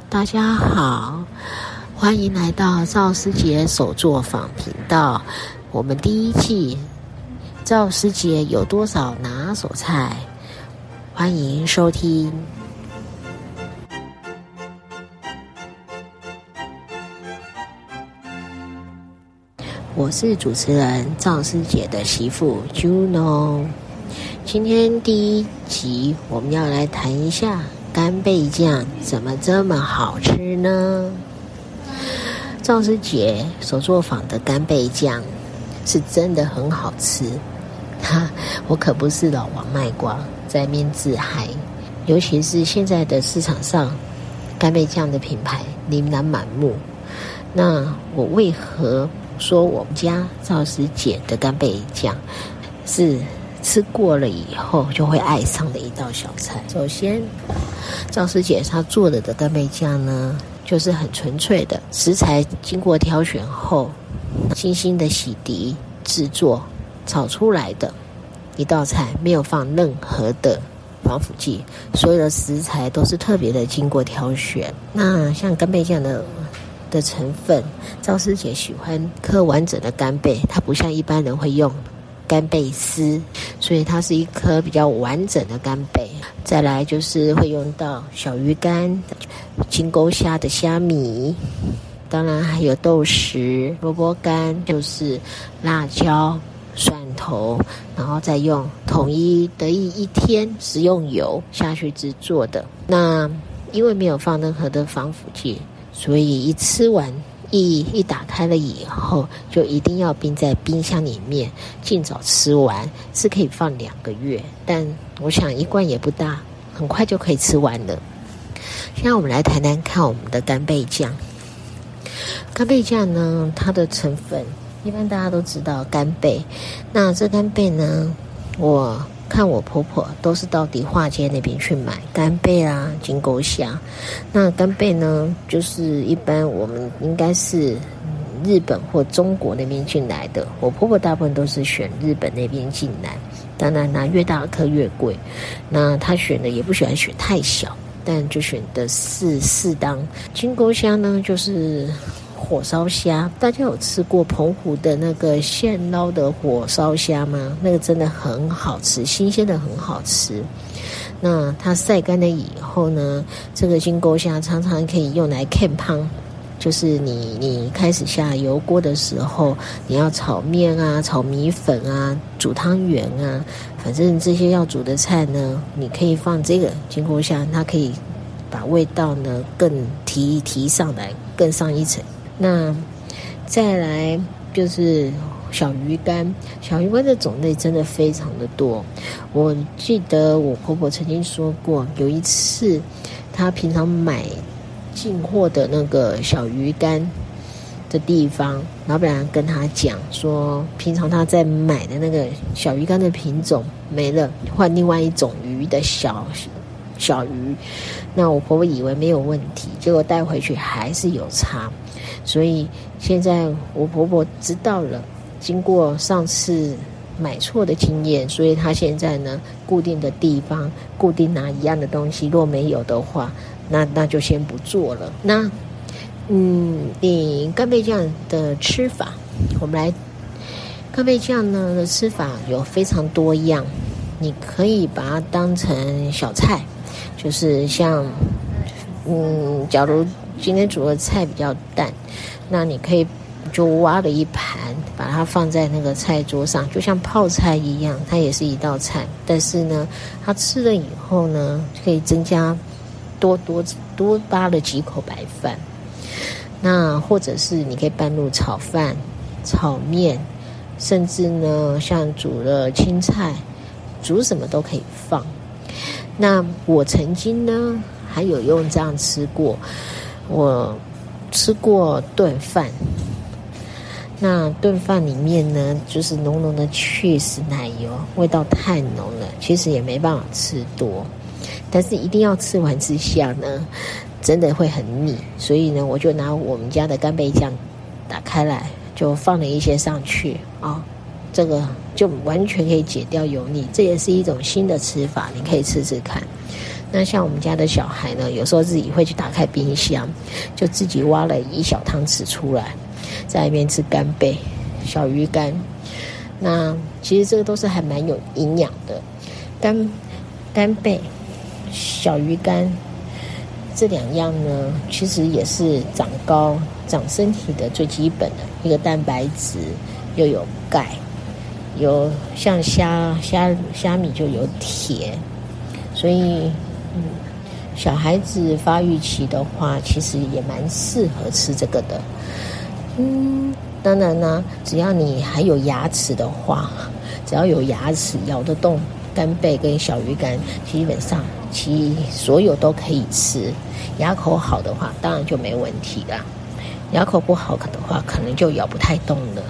大家好，欢迎来到赵师姐手作坊频道。我们第一季赵师姐有多少拿手菜，欢迎收听。我是主持人赵师姐的媳妇 Juno。今天第一集我们要来谈一下干贝酱怎么这么好吃呢？赵师姐手作坊的干贝酱是真的很好吃，我可不是老王卖瓜在面自嗨。尤其是现在的市场上干贝酱的品牌琳琅满目，那我为何说我们家赵师姐的干贝酱是吃过了以后就会爱上的一道小菜？首先，赵师姐她做的干贝酱呢，就是很纯粹的食材，经过挑选后精心的洗涤制作炒出来的一道菜，没有放任何的防腐剂，所有的食材都是特别的经过挑选。那像干贝酱的成分，赵师姐喜欢颗完整的干贝，它不像一般人会用干贝丝，所以它是一颗比较完整的干贝。再来就是会用到小鱼干、金钩虾的虾米，当然还有豆豉、萝卜干，就是辣椒、蒜头，然后再用统一的一天食用油下去制作的。那因为没有放任何的防腐剂，所以一吃完一打开了以后，就一定要冰在冰箱里面，尽早吃完，是可以放2个月，但我想一罐也不大，很快就可以吃完了。现在我们来谈谈看我们的干贝酱。干贝酱呢，它的成分一般大家都知道干贝，那这干贝呢，我看我婆婆都是到迪化街那边去买干贝啊、金钩虾。那干贝呢，就是一般我们应该是日本或中国那边进来的，我婆婆大部分都是选日本那边进来，当然拿越大颗越贵，那她选的也不喜欢选太小，但就选的是适当。金钩虾呢，就是火烧虾，大家有吃过澎湖的那个现捞的火烧虾吗？那个真的很好吃，新鲜的很好吃。那它晒干了以后呢，这个金钩虾常常可以用来看汤，就是你开始下油锅的时候，你要炒面啊、炒米粉啊、煮汤圆啊，反正这些要煮的菜呢，你可以放这个金钩虾，它可以把味道呢更提上来，更上一层。那再来就是小鱼干，小鱼干的种类真的非常的多。我记得我婆婆曾经说过，有一次她平常买进货的那个小鱼干的地方，老板娘跟她讲说，平常她在买的那个小鱼干的品种没了，换另外一种鱼的小鱼。那我婆婆以为没有问题，结果带回去还是有差。所以现在我婆婆知道了，经过上次买错的经验，所以她现在呢，固定的地方固定拿一样的东西，若没有的话，那就先不做了。那你干贝酱的吃法，我们来干贝酱呢的吃法有非常多样，你可以把它当成小菜，就是像假如今天煮的菜比较淡，那你可以就挖了一盘，把它放在那个菜桌上，就像泡菜一样，它也是一道菜。但是呢，它吃了以后呢，可以增加多扒了几口白饭。那或者是你可以拌入炒饭、炒面，甚至呢，像煮了青菜，煮什么都可以放。那我曾经呢，还有用这样吃过。我吃过炖饭，那炖饭里面呢，就是浓浓的 cheese 奶油，味道太浓了，其实也没办法吃多，但是一定要吃完之下呢，真的会很腻，所以呢，我就拿我们家的干贝酱打开来，就放了一些上去这个就完全可以解掉油腻，这也是一种新的吃法，你可以试试看。 那像我们家的小孩呢，有时候自己会去打开冰箱，就自己挖了1小汤匙出来，在那边吃干贝、小鱼干。那其实这个都是还蛮有营养的，干贝、小鱼干这2样呢，其实也是长高、长身体的最基本的一个蛋白质，又有钙，有像虾米就有铁，所以小孩子发育期的话，其实也蛮适合吃这个的。当然呢，只要你还有牙齿的话，只要有牙齿咬得动干贝跟小鱼干，基本上所有都可以吃。牙口好的话，当然就没问题啦。牙口不好的话，可能就咬不太动了。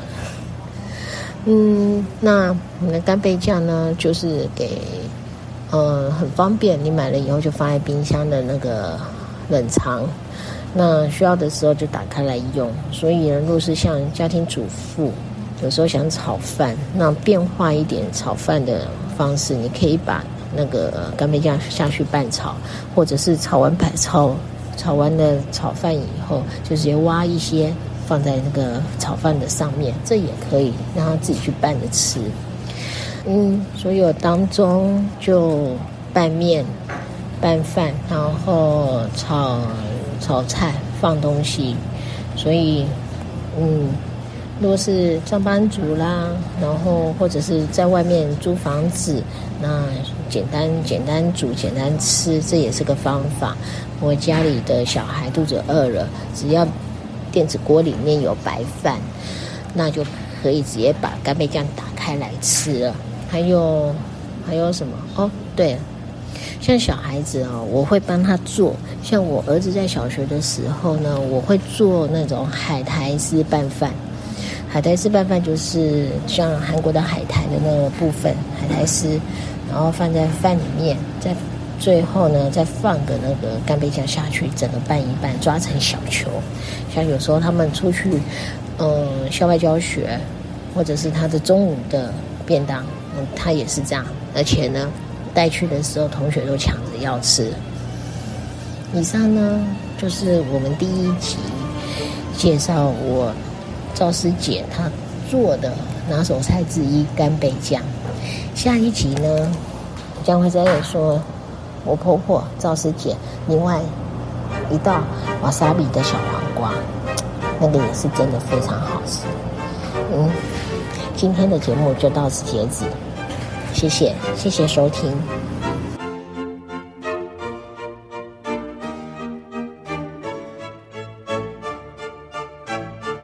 那我们的干贝酱呢，就是给很方便，你买了以后就放在冰箱的那个冷藏，那需要的时候就打开来用。所以呢，如果是像家庭主妇，有时候想炒饭，那变化一点炒饭的方式，你可以把那个干贝酱下去拌炒，或者是炒完的炒饭以后，就直接挖一些放在那个炒饭的上面，这也可以让他自己去拌着吃。所有当中就拌面、拌饭，然后炒菜、放东西。所以如果是上班族啦，然后或者是在外面租房子，那简单煮简单吃，这也是个方法。我家里的小孩肚子饿了，只要电子锅里面有白饭，那就可以直接把干贝酱打开来吃了。还有什么？对了，像小孩子我会帮他做。像我儿子在小学的时候呢，我会做那种海苔丝拌饭。海苔丝拌饭就是像韩国的海苔的那个部分，海苔丝，然后放在饭里面，在最后呢再放个那个干贝酱下去，整个拌一拌，抓成小球。像有时候他们出去校外教学，或者是他的中午的便当，他也是这样，而且呢带去的时候同学都抢着要吃。以上呢就是我们第一集介绍我赵师姐她做的拿手菜之一干贝酱。下一集呢，我将会再说我婆婆赵师姐另外一道瓦萨比的小黄瓜，那个也是真的非常好吃。今天的节目就到此截止，谢谢收听。